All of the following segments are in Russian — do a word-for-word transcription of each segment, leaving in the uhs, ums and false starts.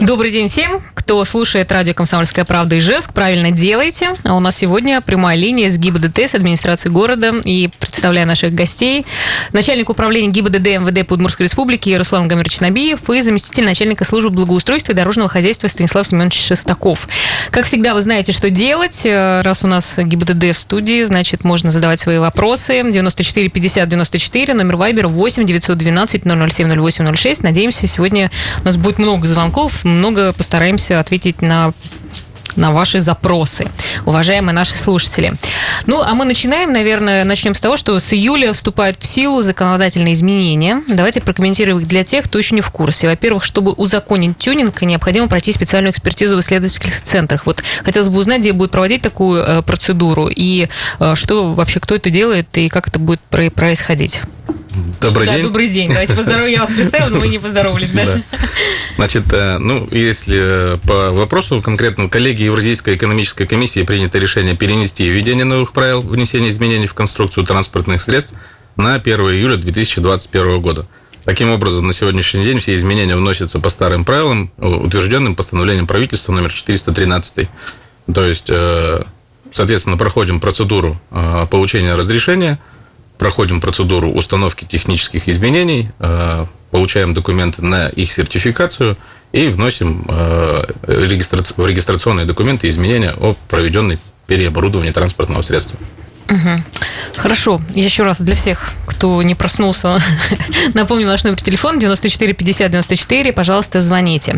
Добрый день всем, кто слушает радио «Комсомольская правда» Ижевск. Правильно делаете. А у нас сегодня прямая линия с ГИБДД, с администрацией города. И представляю наших гостей. Начальник управления ГИБДД МВД по Удмуртской республике Руслан Гамирович Набиев и заместитель начальника службы благоустройства и дорожного хозяйства Станислав Семенович Шестаков. Как всегда, вы знаете, что делать. Раз у нас ГИБДД в студии, значит, можно задавать свои вопросы. девяносто четыре пятьдесят девяносто четыре, номер вайбера восемь девятьсот двенадцать ноль ноль семь ноль восемь ноль шесть. Надеемся, сегодня у нас будет много звонков, много постараемся ответить на, на ваши запросы, уважаемые наши слушатели. Ну, а мы начинаем, наверное, начнем с того, что с июля вступают в силу законодательные изменения. Давайте прокомментируем их для тех, кто еще не в курсе. Во-первых, чтобы узаконить тюнинг, необходимо пройти специальную экспертизу в исследовательских центрах. Вот хотелось бы узнать, где будут проводить такую э, процедуру, и э, что вообще, кто это делает, и как это будет происходить. Добрый да, день. Добрый день. Давайте поздороваем. Я вас представила, но мы не поздоровались даже. Значит, ну, если по вопросу конкретно, коллегии Евразийской экономической комиссии принято решение перенести введение новых правил внесения изменений в конструкцию транспортных средств на первое июля две тысячи двадцать первого года. Таким образом, на сегодняшний день все изменения вносятся по старым правилам, утвержденным постановлением правительства номер четыреста тринадцать. То есть, соответственно, проходим процедуру получения разрешения, проходим процедуру установки технических изменений, получаем документы на их сертификацию и вносим в регистрационные документы изменения о проведенной переоборудовании транспортного средства. Угу. Хорошо. Еще раз для всех, кто не проснулся, напомню наш номер телефона девяносто четыре пятьдесят девяносто четыре. Пожалуйста, звоните.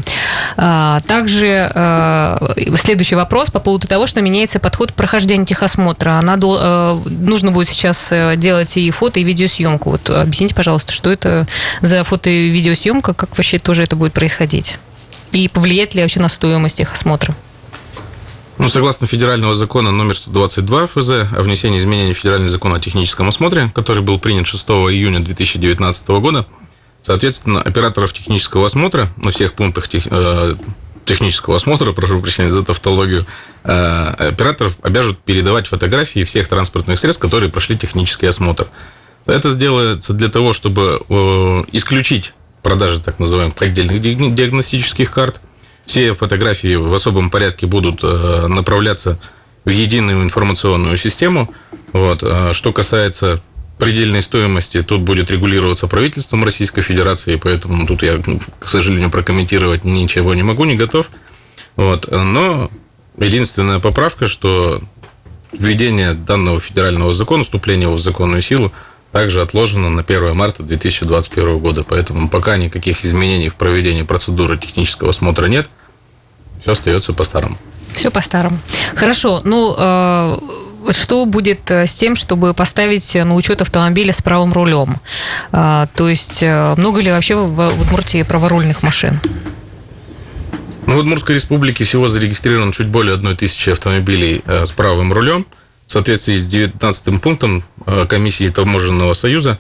Также следующий вопрос по поводу того, что меняется подход к прохождению техосмотра. Надо, нужно будет сейчас делать и фото, и видеосъемку. Вот объясните, пожалуйста, что это за фото и видеосъемка, как вообще тоже это будет происходить? И повлияет ли вообще на стоимость техосмотра? Ну, согласно федерального закона номер сто двадцать два ФЗ о внесении изменений в федеральный закон о техническом осмотре, который был принят шестого июня две тысячи девятнадцатого года, соответственно, операторов технического осмотра на всех пунктах тех, э, технического осмотра, прошу прощения за тавтологию, э, операторов обяжут передавать фотографии всех транспортных средств, которые прошли технический осмотр. Это сделается для того, чтобы э, исключить продажи так называемых поддельных диагностических карт. Все фотографии в особом порядке будут направляться в единую информационную систему. Вот. Что касается предельной стоимости, тут будет регулироваться правительством Российской Федерации, поэтому тут я, к сожалению, прокомментировать ничего не могу, не готов. Вот. Но единственная поправка, что введение данного федерального закона, вступление его в законную силу, также отложено на первое марта две тысячи двадцать первого года. Поэтому пока никаких изменений в проведении процедуры технического осмотра нет, все остается по-старому. Все по-старому. Хорошо. Ну, э, что будет с тем, чтобы поставить на учет автомобиля с правым рулем? Э, то есть, много ли вообще в Удмуртии праворульных машин? Ну, в Удмуртской республике всего зарегистрировано чуть более одной тысячи автомобилей с правым рулем. В соответствии с девятнадцатым пунктом комиссии Таможенного союза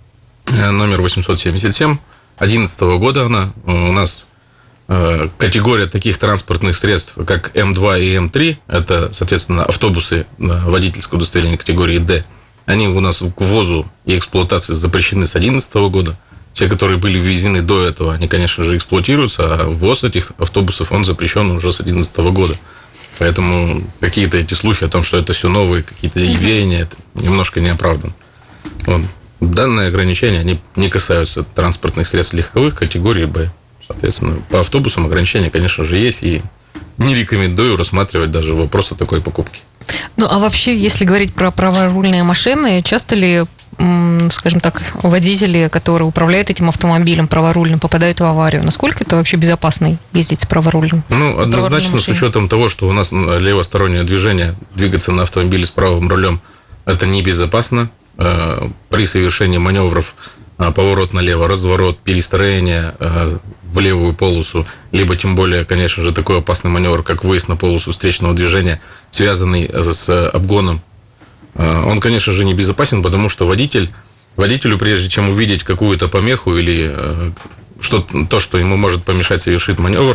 номер восемьсот семьдесят семь две тысячи одиннадцатого года она у нас категория таких транспортных средств, как эм два и эм три, это, соответственно, автобусы водительского удостоверения категории Д, они у нас к ввозу и эксплуатации запрещены с две тысячи одиннадцатого года. Все, которые были ввезены до этого, они, конечно же, эксплуатируются, а ввоз этих автобусов, он запрещен уже с две тысячи одиннадцатого года. Поэтому какие-то эти слухи о том, что это все новые какие-то веяния, это немножко не оправдан. Вот. Данные ограничения, они не касаются транспортных средств легковых категории Б. Соответственно, по автобусам ограничения, конечно же, есть, и не рекомендую рассматривать даже вопрос о такой покупке. Ну, а вообще, если говорить про праворульные машины, часто ли, скажем так, водители, которые управляют этим автомобилем праворульным, попадают в аварию? Насколько это вообще безопасно ездить с праворульным? Ну, однозначно, с учетом того, что у нас левостороннее движение, двигаться на автомобиле с правым рулем, это небезопасно. При совершении маневров поворот налево, разворот, перестроение в левую полосу, либо тем более, конечно же, такой опасный маневр, как выезд на полосу встречного движения, связанный с обгоном, он, конечно же, небезопасен, потому что водитель, водителю, прежде чем увидеть какую-то помеху или что, то, что ему может помешать совершить маневр,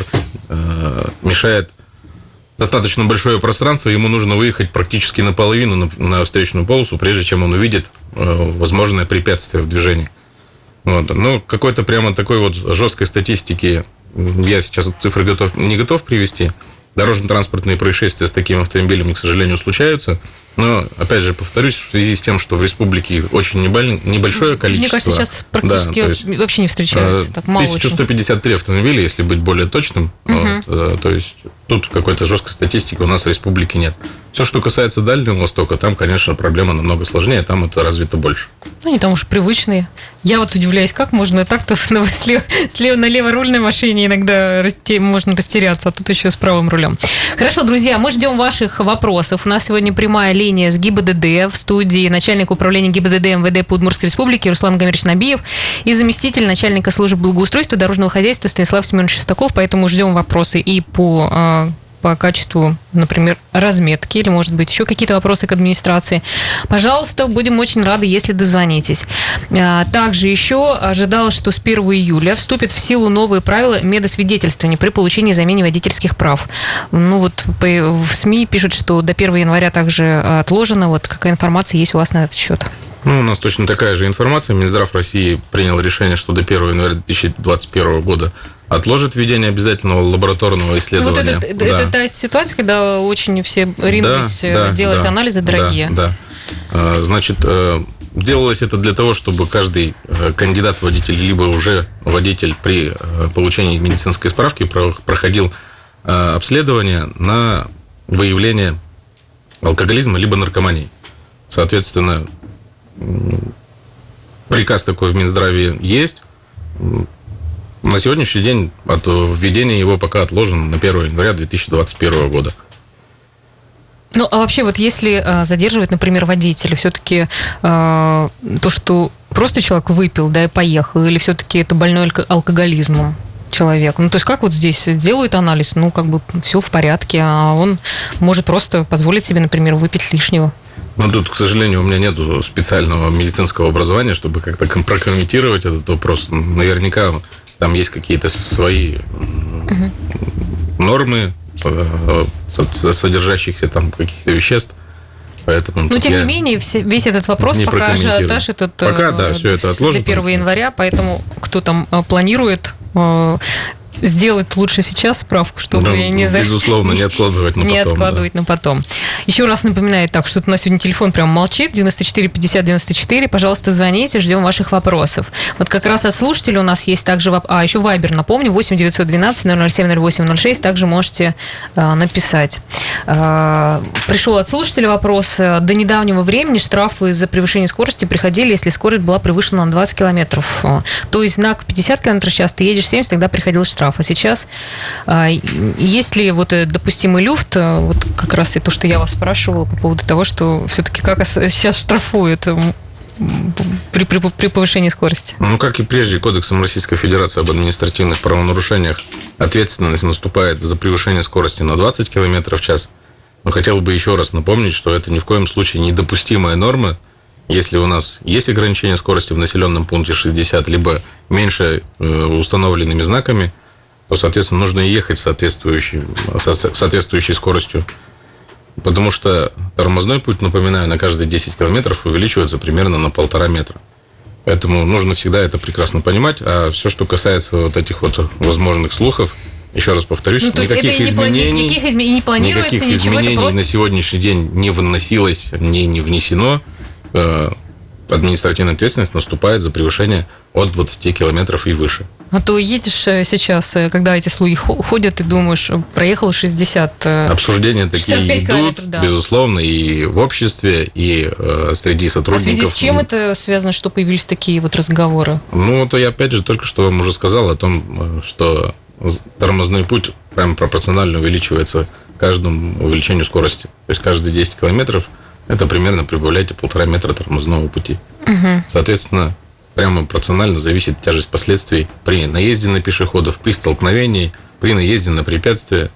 мешает достаточно большое пространство, ему нужно выехать практически наполовину на, на встречную полосу, прежде чем он увидит возможное препятствие в движении. Вот. Ну, какой-то прямо такой вот жесткой статистики я сейчас цифры готов, не готов привести. Дорожно-транспортные происшествия с таким автомобилем, к сожалению, случаются. Но, опять же, повторюсь, в связи с тем, что в республике очень небольшое количество... Мне кажется, сейчас практически да, есть, вообще не встречаются. Так мало тысяча сто пятьдесят три автомобиля, если быть более точным. Угу. Вот, то есть тут какой-то жесткой статистики у нас в республике нет. Все, что касается Дальнего Востока, там, конечно, проблема намного сложнее, там это развито больше. Ну, они там уж привычные. Я вот удивляюсь, как можно так-то слева, слева налево руль на машине иногда расти, можно растеряться, а тут еще с правым рулем. Хорошо, друзья, мы ждем ваших вопросов. У нас сегодня прямая линия с ГИБДД в студии начальник управления ГИБДД МВД по Удмуртской республике Руслан Гамирович Набиев и заместитель начальника службы благоустройства дорожного хозяйства Станислав Семенович Шестаков. Поэтому ждем вопросы и по... по качеству, например, разметки или, может быть, еще какие-то вопросы к администрации, пожалуйста, будем очень рады, если дозвонитесь. Также еще ожидалось, что с первого июля вступят в силу новые правила медосвидетельствования при получении и замене водительских прав. Ну вот в СМИ пишут, что до первого января также отложено. Вот какая информация есть у вас на этот счет? Ну, у нас точно такая же информация. Минздрав России принял решение, что до первого января две тысячи двадцать первого года отложит введение обязательного лабораторного исследования. Вот это, да. это та ситуация, когда очень все ринулись да, делать да, анализы дорогие. Да, да. Значит, делалось это для того, чтобы каждый кандидат в водитель, либо уже водитель при получении медицинской справки проходил обследование на выявление алкоголизма либо наркомании. Соответственно, приказ такой в Минздраве есть. На сегодняшний день от введения его пока отложено на первого января две тысячи двадцать первого года. Ну, а вообще, вот если задерживать, например, водителя, все-таки э, то, что просто человек выпил, да, и поехал, или все-таки это больной алкоголизмом человек? Ну, то есть, как вот здесь делают анализ, ну, как бы все в порядке, а он может просто позволить себе, например, выпить лишнего? Ну, тут, к сожалению, у меня нет специального медицинского образования, чтобы как-то прокомментировать этот вопрос. Наверняка там есть какие-то свои угу. нормы, содержащихся там каких-то веществ. Поэтому но, тем не менее, весь этот вопрос, пока ажиотаж этот пока, да, все это отложено. До первого января, поэтому кто там планирует сделать лучше сейчас справку, чтобы да, не... Безусловно, не откладывать на потом. Не откладывать да. на потом. Еще раз напоминаю, так, что у нас сегодня телефон прям молчит, девяносто четыре пятьдесят девяносто четыре, пожалуйста, звоните, ждем ваших вопросов. Вот как раз от слушателей у нас есть также... А, еще Вайбер, напомню, восемь девятьсот двенадцать ноль ноль семь ноль восемь ноль шесть, также можете а, написать. А, пришел от слушателя вопрос. До недавнего времени штрафы за превышение скорости приходили, если скорость была превышена на двадцать километров. То есть знак пятьдесят километров в час, ты едешь семьдесят, тогда приходил штраф. А сейчас, есть ли вот допустимый люфт, вот как раз и то, что я вас спрашивала по поводу того, что все-таки как сейчас штрафуют при, при, при повышении скорости? Ну, как и прежде, Кодексом Российской Федерации об административных правонарушениях ответственность наступает за превышение скорости на двадцать километров в час. Но хотел бы еще раз напомнить, что это ни в коем случае недопустимая норма. Если у нас есть ограничение скорости в населенном пункте шестьдесят, либо меньше установленными знаками, то, соответственно, нужно ехать соответствующей, соответствующей скоростью. Потому что тормозной путь, напоминаю, на каждые десять километров увеличивается примерно на полтора метра. Поэтому нужно всегда это прекрасно понимать. А все, что касается вот этих вот возможных слухов, еще раз повторюсь, ну, никаких изменений, никаких, изме... не планируется, никаких ничего, изменений просто... на сегодняшний день не выносилось, не, не внесено. Административная ответственность наступает за превышение от двадцати километров и выше. А то едешь сейчас, когда эти слухи ходят, и думаешь, проехал шестьдесят... Обсуждения такие идут, да. Безусловно, и в обществе, и среди сотрудников. А в связи с чем это связано, что появились такие вот разговоры? Ну, это я опять же только что вам уже сказал о том, что тормозной путь прямо пропорционально увеличивается каждому увеличению скорости. То есть каждые десять километров это примерно прибавляете полтора метра тормозного пути. Угу. Соответственно, прямо пропорционально зависит тяжесть последствий при наезде на пешеходов, при столкновении, при наезде на препятствия.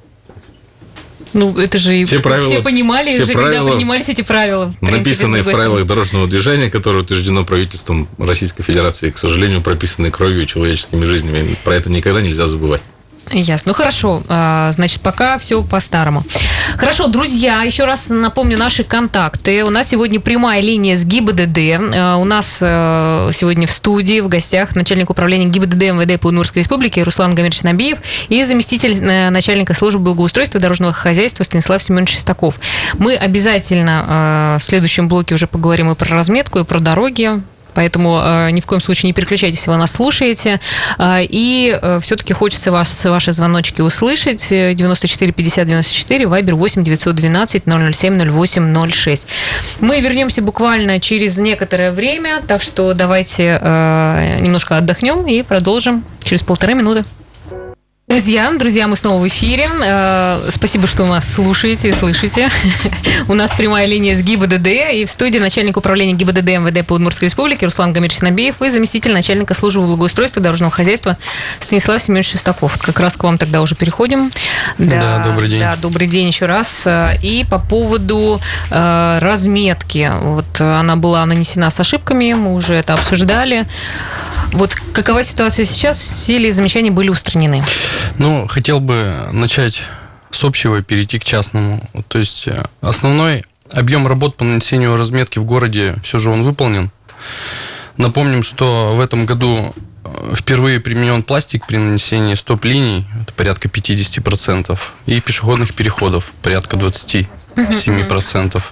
Ну, это же все, правила, все понимали все уже, правила, когда принимались эти правила. Написанные в правилах дорожного движения, которые утверждено правительством Российской Федерации, к сожалению, прописанные кровью и человеческими жизнями. Про это никогда нельзя забывать. Ясно. Ну, хорошо. Значит, пока все по-старому. Хорошо, друзья, еще раз напомню наши контакты. У нас сегодня прямая линия с ГИБДД. У нас сегодня в студии, в гостях начальник управления ГИБДД МВД по Удмуртской республике Руслан Гамирович Набиев и заместитель начальника службы благоустройства и дорожного хозяйства Станислав Семенович Шестаков. Мы обязательно в следующем блоке уже поговорим и про разметку, и про дороги. Поэтому э, ни в коем случае не переключайтесь, если вы нас слушаете. Э, и э, все-таки хочется вас, ваши звоночки услышать. девяносто четыре пятьдесят девяносто четыре, вайбер восемь девятьсот двенадцать ноль ноль семь ноль восемь ноль шесть. Мы вернемся буквально через некоторое время, так что давайте э, немножко отдохнем и продолжим через полторы минуты. Друзья, друзья, мы снова в эфире. Спасибо, что нас слушаете и слышите. У нас прямая линия с ГИБДД, и в студии начальник управления ГИБДД МВД по Удмуртской республике Руслан Гамирович Набиев и заместитель начальника службы благоустройства и дорожного хозяйства Станислав Семенович Шестаков. Как раз к вам тогда уже переходим. Да, да, добрый день. Да, добрый день еще раз. И по поводу э, разметки. Вот она была нанесена с ошибками, мы уже это обсуждали. Вот какова ситуация сейчас? Все ли замечания были устранены? Ну, хотел бы начать с общего и перейти к частному. То есть основной объем работ по нанесению разметки в городе все же он выполнен. Напомним, что в этом году впервые применен пластик при нанесении стоп-линий, это порядка пятьдесят процентов, и пешеходных переходов, порядка двадцать семь процентов.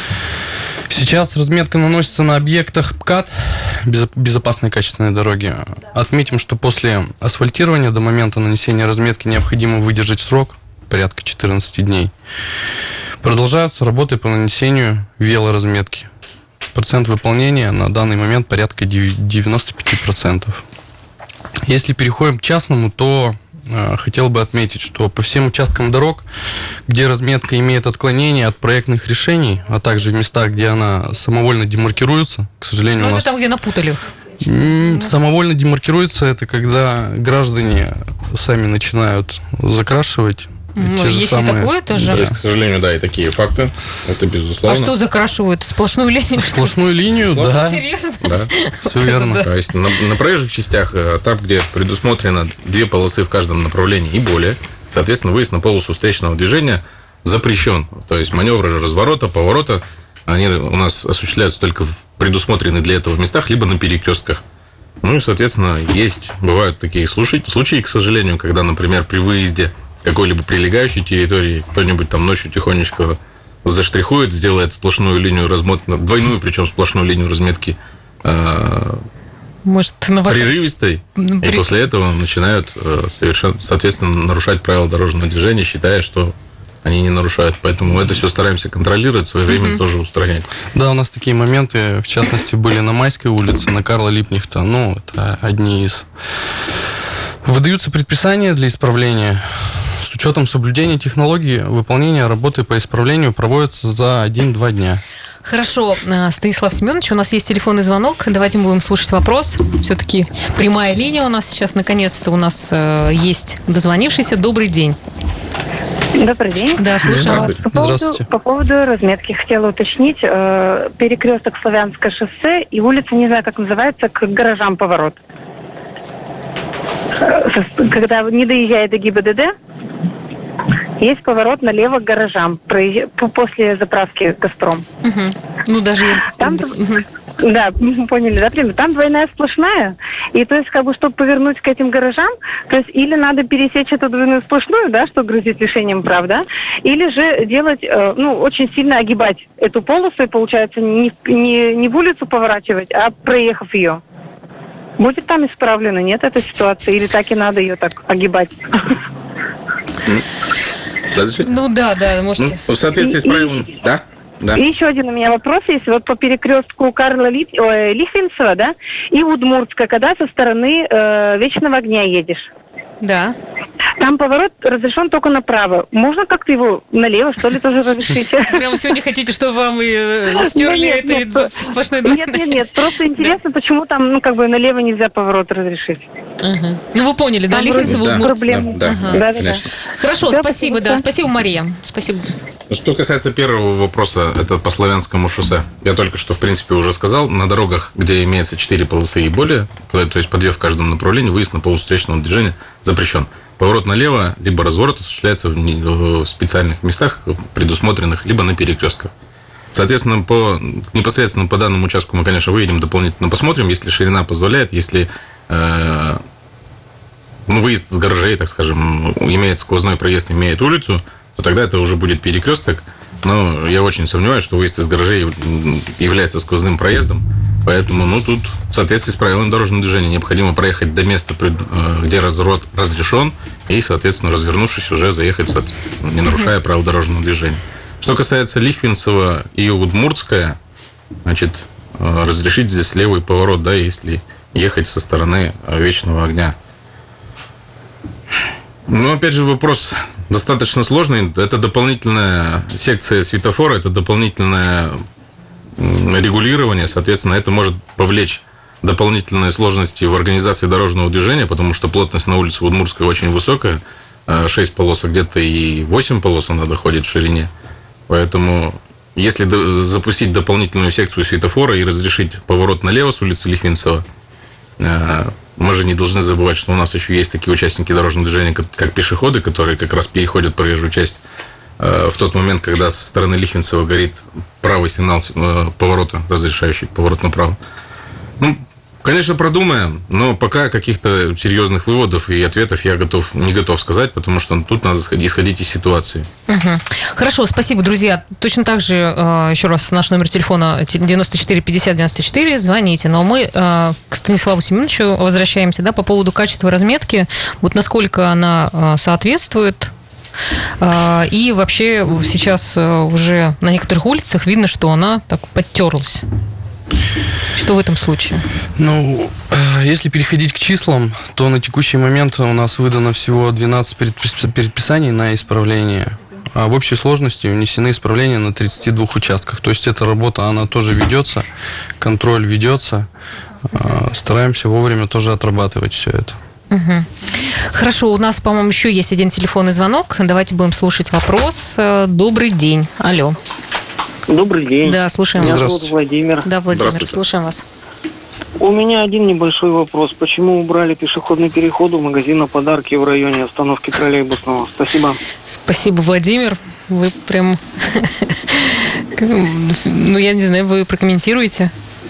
Сейчас разметка наносится на объектах ПКАД, безопасной качественной дороги. Отметим, что после асфальтирования до момента нанесения разметки необходимо выдержать срок, порядка четырнадцать дней. Продолжаются работы по нанесению велоразметки. Процент выполнения на данный момент порядка девяносто пять процентов. Если переходим к частному, то э, хотел бы отметить, что по всем участкам дорог, где разметка имеет отклонение от проектных решений, а также в местах, где она самовольно демаркируется, к сожалению, ну, у нас... это там, где напутали. Самовольно демаркируется, это когда граждане сами начинают закрашивать. Ну, те же если самые... такое, то же... То есть, к сожалению, да, и такие факты, это безусловно. А что закрашивают? Сплошную линию? Сплошную линию, да. Серьезно? Да. Все верно. То есть на, на проезжих частях, там, где предусмотрено две полосы в каждом направлении и более, соответственно, выезд на полосу встречного движения запрещен. То есть маневры разворота, поворота, они у нас осуществляются только в предусмотренных для этого местах, либо на перекрестках. Ну и, соответственно, есть, бывают такие случаи, случаи, к сожалению, когда, например, при выезде какой-либо прилегающей территории кто-нибудь там ночью тихонечко заштрихует, сделает сплошную линию разметки, двойную, причем сплошную линию разметки э, Может, прерывистой, ну, и при... после этого начинают э, совершенно, соответственно, нарушать правила дорожного движения, считая, что они не нарушают. Поэтому это все стараемся контролировать, своевременно uh-huh. тоже устранять. Да, у нас такие моменты, в частности, были на Майской улице, на Карла Липнихта. Ну, это одни из... Выдаются предписания для исправления. С учетом соблюдения технологий, выполнение работы по исправлению проводится за один-два дня. Хорошо, Станислав Семенович, у нас есть телефонный звонок. Давайте мы будем слушать вопрос. Все-таки прямая линия у нас сейчас, наконец-то, у нас есть дозвонившийся. Добрый день. Добрый день. Да, слушаю вас. По поводу, по поводу разметки хотела уточнить. Э, перекресток Славянское шоссе и улица, не знаю, как называется, к гаражам поворот. Когда не доезжает до ГИБДД, есть поворот налево к гаражам после заправки «Газпром». Угу. Ну, даже... Там, угу. Да, поняли, да, примерно. Там двойная сплошная, и то есть, как бы, чтобы повернуть к этим гаражам, то есть, или надо пересечь эту двойную сплошную, да, что грозит лишением прав, да, или же делать, э, ну, очень сильно огибать эту полосу, и, получается, не, не, не в улицу поворачивать, а проехав ее. Будет там исправлено, нет, эта ситуация, или так и надо ее так огибать? Ну, да, да, можете. Ну, в соответствии с правилами, да? Да. И еще один у меня вопрос есть. Вот по перекрестку Карла Лип... Ой, Лихвинцева, да, и Удмуртска, когда со стороны э, Вечного огня едешь. Да. Там поворот разрешен только направо. Можно как-то его налево, что ли, тоже разрешить? Прямо сегодня хотите, чтобы вам и стерли это сплошной двойной? Нет, нет, нет. Просто интересно, почему там, ну, как бы налево нельзя поворот разрешить. Ну, вы поняли, да, Лихвинцева, Удмуртска. Да, да, конечно. Хорошо, спасибо, да, спасибо, Мария. Спасибо. Что касается первого вопроса, это по Славянскому шоссе. Я только что, в принципе, уже сказал, на дорогах, где имеется четыре полосы и более, то есть по две в каждом направлении, выезд на полосу встречного движения запрещен. поворот налево, либо разворот осуществляется в специальных местах, предусмотренных, либо на перекрестках. Соответственно, по, непосредственно по данному участку мы, конечно, выедем дополнительно, посмотрим, если ширина позволяет, если э, ну, выезд с гаражей, так скажем, имеет сквозной проезд, имеет улицу, то тогда это уже будет перекресток. Но я очень сомневаюсь, что выезд из гаражей является сквозным проездом. Поэтому, ну, тут в соответствии с правилами дорожного движения необходимо проехать до места, где разворот разрешен, и, соответственно, развернувшись, уже заехать, не нарушая правил дорожного движения. Что касается Лихвинцева и Удмуртская, значит, разрешить здесь левый поворот, да, если ехать со стороны Вечного огня. Ну, опять же, вопрос достаточно сложный. Это дополнительная секция светофора, это дополнительное регулирование. Соответственно, это может повлечь дополнительные сложности в организации дорожного движения, потому что плотность на улице Удмуртская очень высокая. шесть полос, а где-то и восемь полос она доходит в ширине. Поэтому, если запустить дополнительную секцию светофора и разрешить поворот налево с улицы Лихвинцева, мы же не должны забывать, что у нас еще есть такие участники дорожного движения, как пешеходы, которые как раз переходят проезжую часть в тот момент, когда со стороны Лихвинцева горит правый сигнал поворота, разрешающий поворот направо. Ну, конечно, продумаем, но пока каких-то серьезных выводов и ответов я готов, не готов сказать, потому что тут надо исходить из ситуации. Угу. Хорошо, спасибо, друзья. Точно так же, еще раз, наш номер телефона девяносто четыре пятьдесят девяносто четыре, звоните. Но мы к Станиславу Семеновичу возвращаемся, да, по поводу качества разметки. Вот насколько она соответствует. И вообще сейчас уже на некоторых улицах видно, что она так подтерлась. Что в этом случае? Ну, если переходить к числам, то на текущий момент у нас выдано всего двенадцать предписаний на исправление, а в общей сложности внесены исправления на тридцати двух участках. То есть эта работа, она тоже ведется, контроль ведется, стараемся вовремя тоже отрабатывать все это. Угу. Хорошо, у нас, по-моему, еще есть один телефонный звонок. Давайте будем слушать вопрос. Добрый день. Алло. Добрый день. Да, слушаем Меня вас. зовут Владимир. Да, Владимир, слушаем вас. У меня один небольшой вопрос. Почему убрали пешеходный переход у магазина «Подарки» в районе остановки троллейбусного? Спасибо. Спасибо, Владимир. Вы прям... Ну, я не знаю, вы прокомментируете?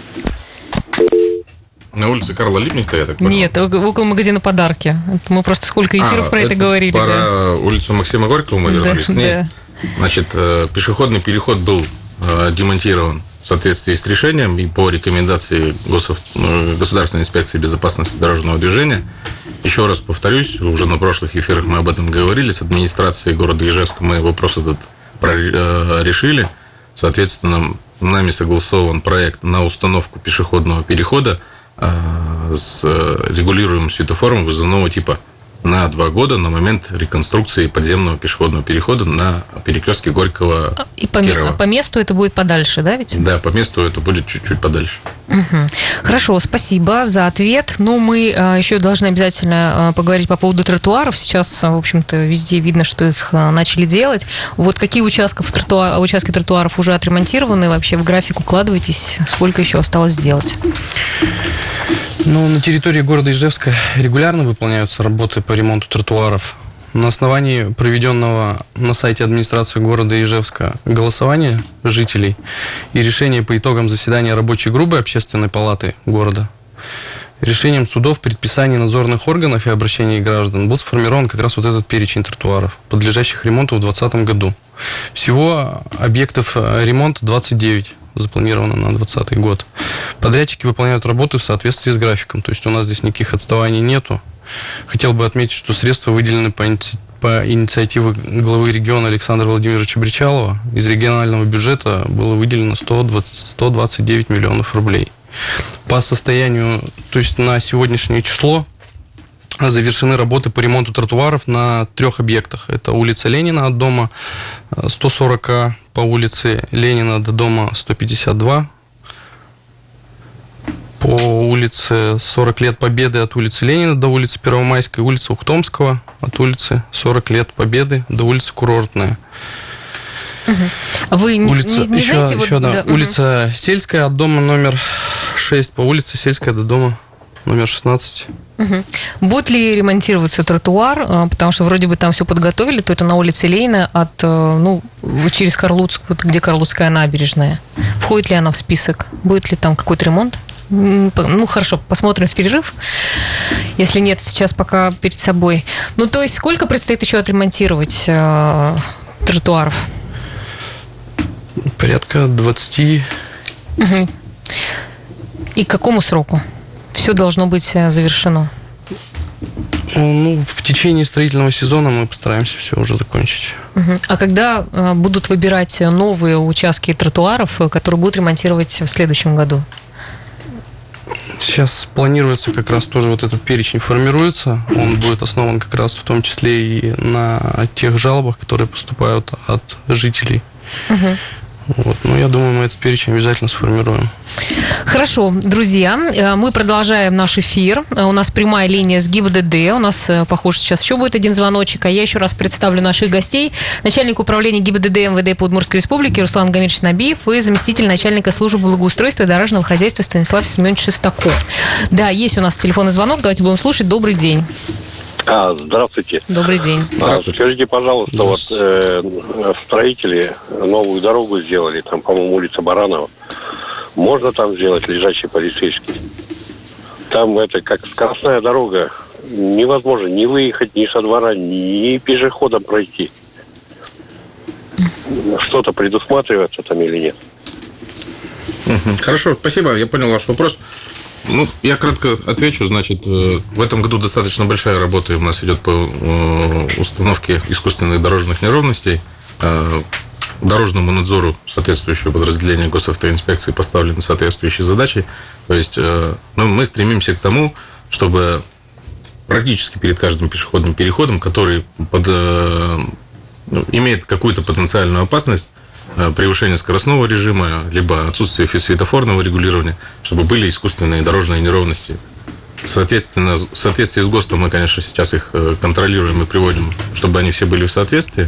На улице Карла Липкнехта, я так понял? Нет, около магазина «Подарки». Мы просто сколько эфиров а, про это, это говорили. Про да. улицу Максима Горького мы вернулись. Да, да. Значит, пешеходный переход был демонтирован в соответствии с решением и по рекомендации Госав... Государственной инспекции безопасности дорожного движения. Еще раз повторюсь, уже на прошлых эфирах мы об этом говорили, с администрацией города Ижевска мы вопрос этот решили. Соответственно, нами согласован проект на установку пешеходного перехода с регулируемым светофором вызывного типа на два года на момент реконструкции подземного пешеходного перехода на перекрестке Горького. И по, по месту это будет подальше, да, ведь? Да, по месту это будет чуть-чуть подальше. Угу. Хорошо, спасибо за ответ. Но мы еще должны обязательно поговорить по поводу тротуаров. Сейчас, в общем-то, везде видно, что их начали делать. Вот какие участков тротуар, участки тротуаров уже отремонтированы? Вообще в график укладываетесь? Сколько еще осталось сделать? Ну, на территории города Ижевска регулярно выполняются работы по ремонту тротуаров. На основании проведенного на сайте администрации города Ижевска голосования жителей и решения по итогам заседания рабочей группы Общественной палаты города, решением судов, предписаний надзорных органов и обращений граждан был сформирован как раз вот этот перечень тротуаров, подлежащих ремонту в двадцатом году. Всего объектов ремонта двадцать девять. Запланировано на двадцатый год. Подрядчики выполняют работы в соответствии с графиком, то есть у нас здесь никаких отставаний нету. Хотел бы отметить, что средства выделены по, иници... по инициативе главы региона Александра Владимировича Бричалова. Из регионального бюджета было выделено сто двадцать девять миллионов рублей. По состоянию, то есть на сегодняшнее число, завершены работы по ремонту тротуаров на трех объектах. Это улица Ленина от дома сто сорок А, по улице Ленина до дома сто пятьдесят два, по улице сорок лет Победы от улицы Ленина до улицы Первомайской, улица Ухтомского от улицы сорок лет Победы до улицы Курортная. Угу. Вы улица, не, не еще, знаете... Еще, вот, да, да, улица угу. Сельская от дома номер шесть, по улице Сельская до дома номер шестнадцать. Угу. Будет ли ремонтироваться тротуар? Потому что вроде бы там все подготовили, то это на улице Ленина от, ну, через Карлуцк, вот где Карлуцкая набережная. Входит ли она в список? Будет ли там какой-то ремонт? Ну, хорошо, посмотрим в перерыв. Если нет, сейчас пока перед собой. Ну, то есть, сколько предстоит еще отремонтировать э, тротуаров? Порядка двадцать. Угу. И к какому сроку? Все должно быть завершено? Ну, в течение строительного сезона мы постараемся все уже закончить. Угу. А когда будут выбирать новые участки тротуаров, которые будут ремонтировать в следующем году? Сейчас планируется как раз тоже вот этот перечень формируется. Он будет основан как раз в том числе и на тех жалобах, которые поступают от жителей. Угу. Вот. Ну, я думаю, мы этот перечень обязательно сформируем. Хорошо, друзья, мы продолжаем наш эфир. У нас прямая линия с ГИБДД. У нас, похоже, сейчас еще будет один звоночек. А я еще раз представлю наших гостей. Начальник управления ГИБДД МВД по Удмуртской республике Руслан Гамирович Набиев и заместитель начальника службы благоустройства и дорожного хозяйства Станислав Семенович Шестаков. Да, есть у нас телефонный звонок. Давайте будем слушать. Добрый день. А, здравствуйте. Добрый день. Здравствуйте. Скажите, пожалуйста, вот э, строители новую дорогу сделали, там, по-моему, улица Баранова. Можно там сделать лежачий полицейский? Там это как скоростная дорога. Невозможно ни выехать, ни со двора, ни пешеходом пройти. Что-то предусматривается там или нет? Хорошо, спасибо, я понял ваш вопрос. Ну, я кратко отвечу. Значит, в этом году достаточно большая работа у нас идет по установке искусственных дорожных неровностей. Дорожному надзору соответствующего подразделения госавтоинспекции поставлены соответствующие задачи. То есть, ну, мы стремимся к тому, чтобы практически перед каждым пешеходным переходом, который под, ну, имеет какую-то потенциальную опасность, превышение скоростного режима, либо отсутствие светофорного регулирования, чтобы были искусственные дорожные неровности. Соответственно, в соответствии с ГОСТом мы, конечно, сейчас их контролируем и приводим, чтобы они все были в соответствии.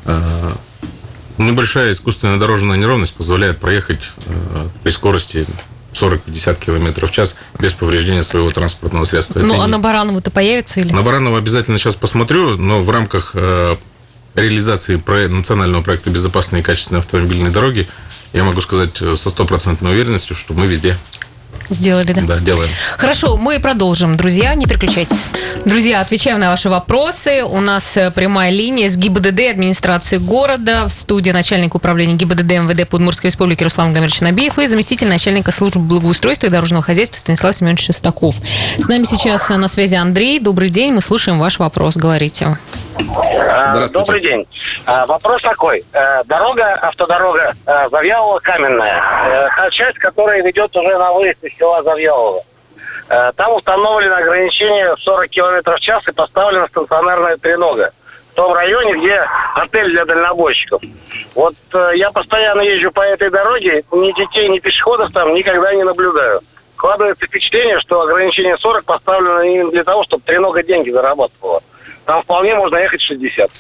Небольшая искусственная дорожная неровность позволяет проехать при скорости сорок-пятьдесят километров в час без повреждения своего транспортного средства. Ну, Это а не... на Бараново-то появится или? На Бараново обязательно сейчас посмотрю, но в рамках реализации проекта, национального проекта «Безопасные и качественные автомобильные дороги» я могу сказать со стопроцентной уверенностью, что мы везде сделали, да? Да, делаем. Хорошо, мы продолжим, друзья, не переключайтесь. Друзья, отвечаем на ваши вопросы. У нас прямая линия с ГИБДД администрации города. В студии начальник управления ГИБДД МВД по Удмуртской республике Руслан Гамирович Набиев и заместитель начальника службы благоустройства и дорожного хозяйства Станислав Семенович Шестаков. С нами сейчас на связи Андрей. Добрый день, мы слушаем ваш вопрос. Говорите. Добрый день. Вопрос такой. Дорога, автодорога Завьялово-Каменная. Та часть, которая ведет уже на выезд из села Завьялово. Там установлено ограничение сорок километров в час и поставлена стационарная тренога. В том районе, где отель для дальнобойщиков. Вот я постоянно езжу по этой дороге, ни детей, ни пешеходов там никогда не наблюдаю. Складывается впечатление, что ограничение сорок поставлено именно для того, чтобы тренога деньги зарабатывала. Там вполне можно ехать шестьдесят.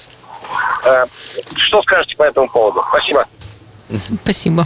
Что скажете по этому поводу? Спасибо. Спасибо.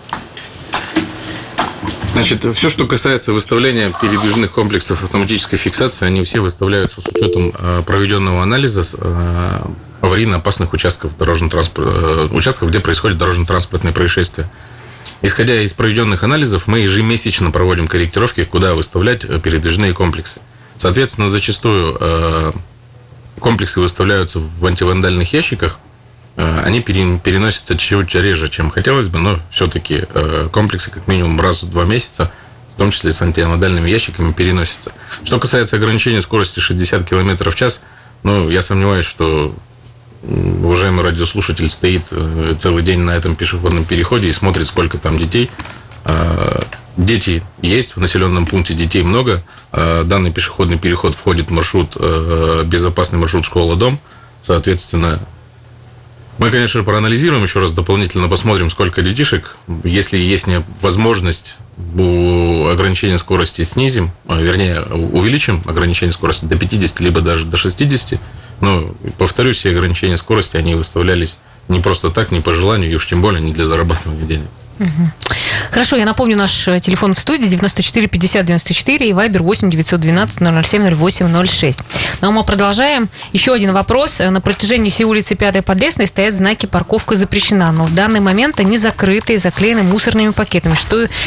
Значит, все, что касается выставления передвижных комплексов автоматической фиксации, они все выставляются с учетом проведенного анализа аварийно-опасных участков, дорожно-транспорт... участков, где происходят дорожно-транспортные происшествия. Исходя из проведенных анализов, мы ежемесячно проводим корректировки, куда выставлять передвижные комплексы. Соответственно, зачастую комплексы выставляются в антивандальных ящиках, они переносятся чуть реже, чем хотелось бы, но все-таки комплексы как минимум раз в два месяца, в том числе с антивандальными ящиками, переносятся. Что касается ограничения скорости шестьдесят километров в час, ну, я сомневаюсь, что уважаемый радиослушатель стоит целый день на этом пешеходном переходе и смотрит, сколько там детей. Дети есть, в населенном пункте детей много. Данный пешеходный переход входит в маршрут, безопасный маршрут школа-дом. Соответственно, мы, конечно, проанализируем еще раз, дополнительно посмотрим, сколько детишек. Если есть возможность ограничения скорости снизим, вернее, увеличим ограничение скорости до пятидесяти, либо даже до шестидесяти. Но, повторюсь, все ограничения скорости, они выставлялись не просто так, не по желанию, и уж тем более не для зарабатывания денег. Угу. Хорошо, я напомню, наш телефон в студии девяносто четыре пятьдесят девяносто четыре и вайбер восемь девятьсот двенадцать ноль ноль семь ноль восемь ноль шесть. Ну а мы продолжаем. Еще один вопрос. На протяжении всей улицы пятой Подлесной стоят знаки «Парковка запрещена», но в данный момент они закрыты и заклеены мусорными пакетами, что, э,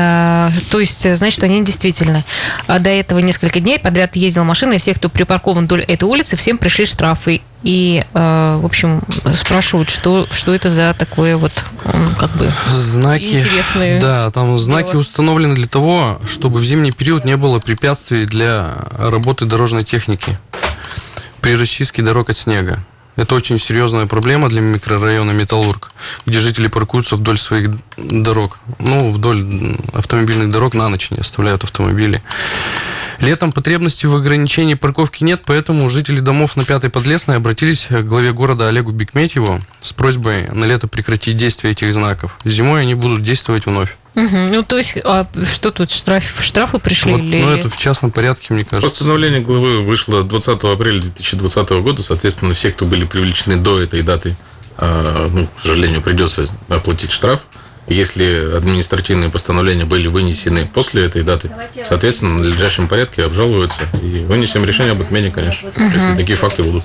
то есть, значит, что они недействительны. А до этого несколько дней подряд ездила машина, и все, кто припаркован вдоль этой улицы, всем пришли штрафы. И, э, в общем, спрашивают, что, что это за такое вот, как бы, знаки, интересное да, там знаки дело. Установлены для того, чтобы в зимний период не было препятствий для работы дорожной техники при расчистке дорог от снега. Это очень серьезная проблема для микрорайона Металлург, где жители паркуются вдоль своих дорог. Ну, вдоль автомобильных дорог на ночь не оставляют автомобили. Летом потребности в ограничении парковки нет, поэтому жители домов на Пятой Подлесной обратились к главе города Олегу Бекметьеву с просьбой на лето прекратить действие этих знаков. Зимой они будут действовать вновь. Угу. Ну, то есть, а что тут, штраф, штрафы пришли? Вот, или... Ну, это в частном порядке, мне кажется. Постановление главы вышло двадцатого апреля две тысячи двадцатого года. Соответственно, все, кто были привлечены до этой даты, ну, к сожалению, придется оплатить штраф. Если административные постановления были вынесены после этой даты, соответственно, в надлежащем порядке обжалуются и вынесем решение об отмене, конечно, угу. если такие факты будут.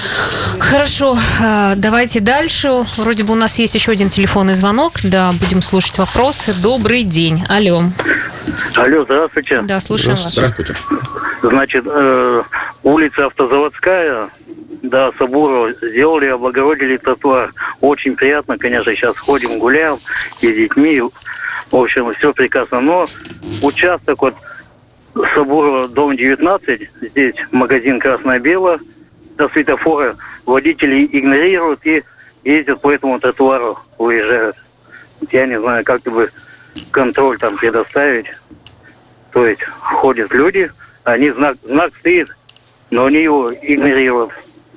Хорошо, давайте дальше. Вроде бы у нас есть еще один телефонный звонок. Да, будем слушать вопросы. Добрый день. Алло. Алло, здравствуйте. Да, слушаем вас. Здравствуйте. Значит, э, улица Автозаводская, да, Сабурова, сделали, облагородили тротуар. Очень приятно, конечно, сейчас ходим, гуляем и с детьми. В общем, все прекрасно. Но участок вот Сабурова, дом девятнадцать, здесь магазин «Красное-белое», до светофора водители игнорируют и ездят по этому тротуару, выезжают. Я не знаю, как бы контроль там предоставить. То есть ходят люди, они знак, знак стоит, но они его игнорируют.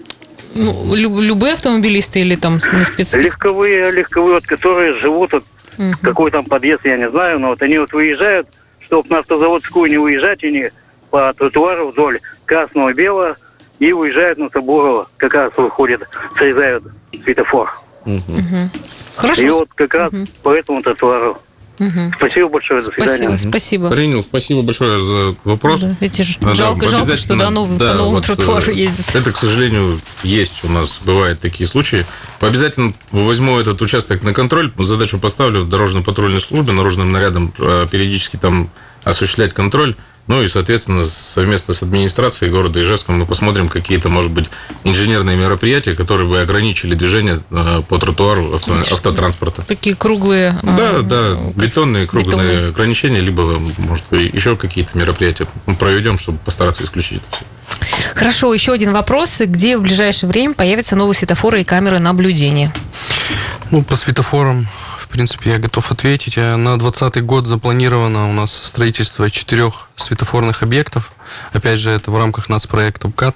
Ну, любые автомобилисты или там не специалисты? Легковые, легковые, вот, которые живут, вот, uh-huh. какой там подъезд, я не знаю, но вот они вот выезжают, чтобы на Автозаводскую не выезжать, они по тротуару вдоль Красного Белого и уезжают на Сабурова, как раз выходят, срезают светофор. Uh-huh. Uh-huh. Хорошо. И вот как раз uh-huh. по этому тротуару. Угу. Спасибо большое, до свидания. Спасибо, спасибо. Принял, спасибо большое за вопрос. Да, видите, да, жалко, жалко, что до нового, да, по новому вот тротуару ездят. Это, к сожалению, есть у нас, бывают такие случаи. Обязательно возьму этот участок на контроль, задачу поставлю дорожно-патрульной службе, наружным нарядом периодически там осуществлять контроль. Ну и, соответственно, совместно с администрацией города Ижевска мы посмотрим какие-то, может быть, инженерные мероприятия, которые бы ограничили движение по тротуару авто, автотранспорта. Такие круглые... Да, да, бетонные круглые бетонные. ограничения, либо, может, еще какие-то мероприятия мы проведем, чтобы постараться исключить это все. Хорошо, еще один вопрос. Где в ближайшее время появятся новые светофоры и камеры наблюдения? Ну, по светофорам... В принципе, я готов ответить. На двадцатый год запланировано у нас строительство четырех светофорных объектов. Опять же, это в рамках нацпроекта БКАТ.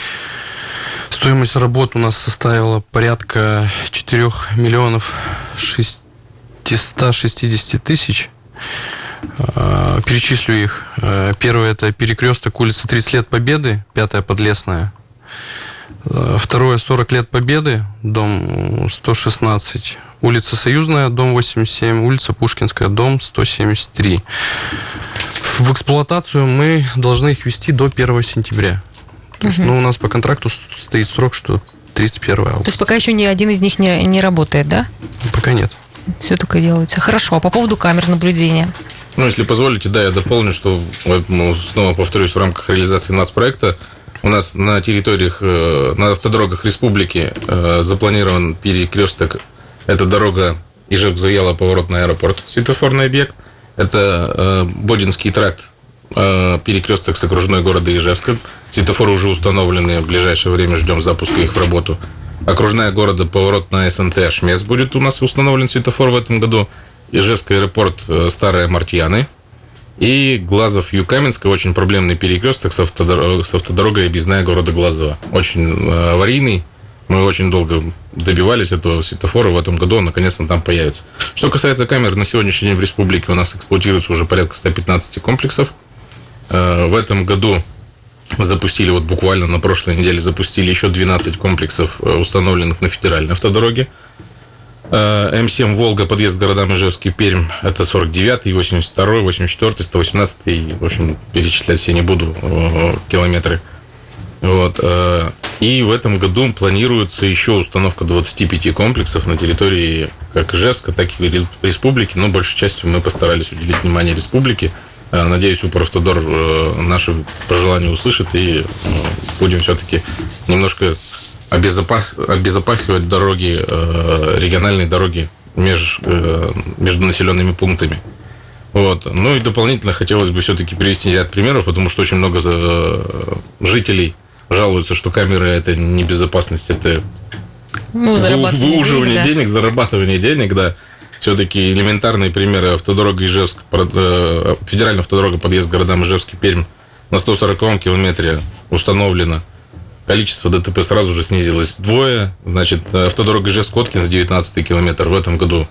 Стоимость работ у нас составила порядка четырех миллионов шестисот шестьдесят тысяч. Перечислю их. Первое – это перекресток улицы тридцать лет Победы, Пятая Подлесная. Второе – сорок лет Победы, дом сто шестнадцать. Улица Союзная, дом восемьдесят семь, улица Пушкинская, дом сто семьдесят три. В эксплуатацию мы должны их ввести до первого сентября. То есть, угу. ну, у нас по контракту стоит срок, что тридцать первого августа. То есть пока еще ни один из них не, не работает, да? Пока нет. Все только делается. Хорошо. А по поводу камер наблюдения? Ну, если позволите, да, я дополню, что, ну, снова повторюсь, в рамках реализации нацпроекта у нас на территориях, на автодорогах республики запланирован перекресток. Это дорога Ижевск-Завьялово, поворот на аэропорт, светофорный объект. Это э, Бодинский тракт, э, перекресток с окружной города Ижевска. Светофоры уже установлены, в ближайшее время ждем запуска их в работу. Окружная города, поворот на СНТ Ашмес будет у нас установлен светофор в этом году. Ижевский аэропорт, э, Старая Мартьяны. И Глазов-Юкаменская, очень проблемный перекресток с, автодор... с автодорогой объездная города Глазово. Очень э, аварийный. Мы очень долго добивались этого светофора. В этом году он наконец-то там появится. Что касается камер, на сегодняшний день в республике у нас эксплуатируется уже порядка сто пятнадцать комплексов. В этом году запустили, вот буквально на прошлой неделе запустили еще двенадцать комплексов, установленных на федеральной автодороге. эм семь «Волга», подъезд к городам Ижевск и Пермь, это сорок девятый, восемьдесят второй, восемьдесят четвёртый, сто восемнадцатый, в общем, перечислять все не буду километры. Вот. И в этом году планируется еще установка двадцати пяти комплексов на территории как Ижевска, так и республики, но большей частью мы постарались уделить внимание республике. Надеюсь, Укравтодор наши пожелания услышит, и будем все-таки немножко обезопасивать дороги, региональные дороги между, между населенными пунктами. Вот. Ну и дополнительно хотелось бы все-таки привести ряд примеров, потому что очень много жителей жалуются, что камеры – это не безопасность, это ну, выуживание денег, да. денег, зарабатывание денег, да. Все-таки элементарные примеры. Автодорога Ижевск, федеральная автодорога подъезд к городам Ижевск и Пермь на сто сороковом километре установлено. Количество ДТП сразу же снизилось вдвое. Значит, автодорога Ижевск-Воткинск, девятнадцатый километр, в этом году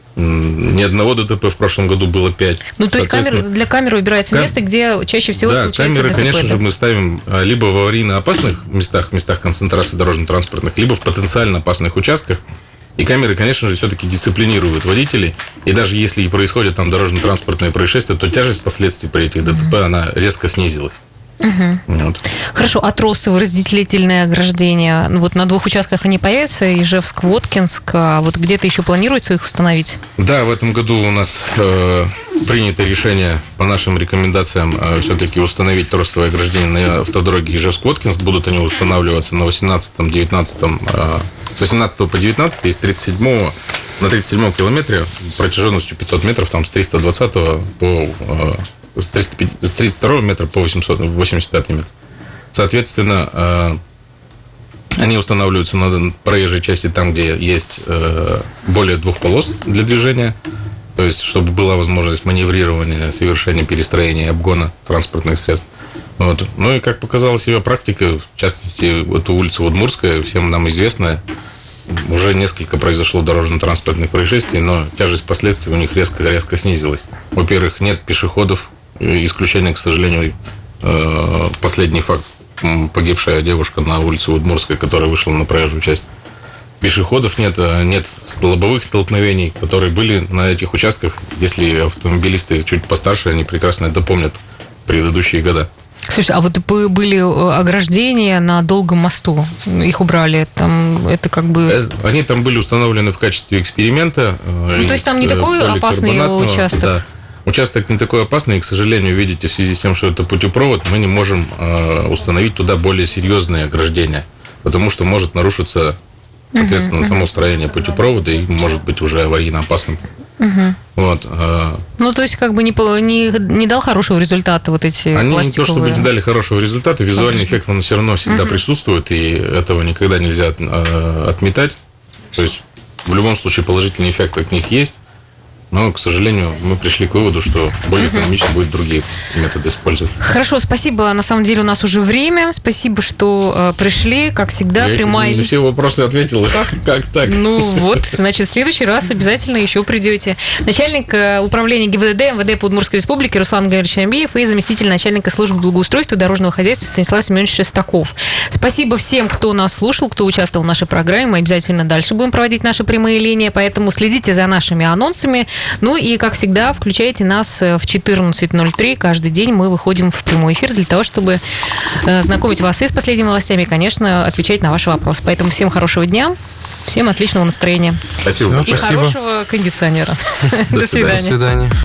ни одного ДТП, в прошлом году было пять. Ну, то есть камер, для камеры выбирается кам... место, где чаще всего да, случается камеры, ДТП. конечно да? же, мы ставим либо в аварийно опасных местах, местах концентрации дорожно-транспортных, либо в потенциально опасных участках. И камеры, конечно же, все-таки дисциплинируют водителей. И даже если и происходят там дорожно-транспортные происшествия, то тяжесть последствий при этих ДТП, mm-hmm. она резко снизилась. Угу. Вот. Хорошо, а тросовые разделительные ограждения, вот на двух участках они появятся, Ижевск, Воткинск, а вот где-то еще планируется их установить? Да, в этом году у нас э, принято решение по нашим рекомендациям э, все-таки установить тросовые ограждения на автодороге Ижевск-Воткинск. Будут они устанавливаться на восемнадцатом, девятнадцатом, э, с восемнадцатого по девятнадцатый и с тридцать седьмого на тридцать седьмом километре протяженностью пятьсот метров, там с триста двадцатого по... Э, с тридцать второго метра по восемьсот, восемьдесят пятый метр. Соответственно, они устанавливаются на проезжей части там, где есть более двух полос для движения, то есть чтобы была возможность маневрирования, совершения перестроения и обгона транспортных средств. Вот. Ну и как показала себя практика, в частности, эту улицу Удмуртская, всем нам известная, уже несколько произошло дорожно-транспортных происшествий, но тяжесть последствий у них резко-резко снизилась. Во-первых, нет пешеходов. Исключение, к сожалению, последний факт. Погибшая девушка на улице Удмуртской, которая вышла на проезжую часть. Пешеходов нет, нет лобовых столкновений, которые были на этих участках. Если автомобилисты чуть постарше, они прекрасно это помнят предыдущие года. Слушай, а вот были ограждения на Долгом мосту, их убрали, там это как бы... Они там были установлены в качестве эксперимента. Ну, то есть там не такой опасный участок? Да. Участок не такой опасный, и, к сожалению, видите, в связи с тем, что это путепровод, мы не можем э, установить туда более серьезные ограждения, потому что может нарушиться, соответственно, uh-huh, само uh-huh. строение путепровода и может быть уже аварийно опасным. Uh-huh. Вот, э, ну, то есть, как бы не, не, не дал хорошего результата вот эти они пластиковые... не то, чтобы не дали хорошего результата, визуальный эффект, он все равно всегда uh-huh. присутствует, и этого никогда нельзя э, отметать. То есть, в любом случае, положительный эффект от них есть. Но, к сожалению, мы пришли к выводу, что более экономично будет другие методы использовать. Хорошо, спасибо. На самом деле у нас уже время. Спасибо, что э, пришли. Как всегда, я прямая... на все вопросы ответил. Как? как так? Ну вот, значит, в следующий раз обязательно еще придете. Начальник управления ГИБДД МВД по Удмуртской республике Руслан Гаврилович Амбиев и заместитель начальника службы благоустройства и дорожного хозяйства Станислав Семенович Шестаков. Спасибо всем, кто нас слушал, кто участвовал в нашей программе. Мы обязательно дальше будем проводить наши прямые линии, поэтому следите за нашими анонсами. Ну и, как всегда, включайте нас в четырнадцать ноль три. Каждый день мы выходим в прямой эфир для того, чтобы знакомить вас и с последними новостями, и, конечно, отвечать на ваши вопросы. Поэтому всем хорошего дня, всем отличного настроения. Спасибо. И Спасибо. хорошего кондиционера. До До свидания. До свидания.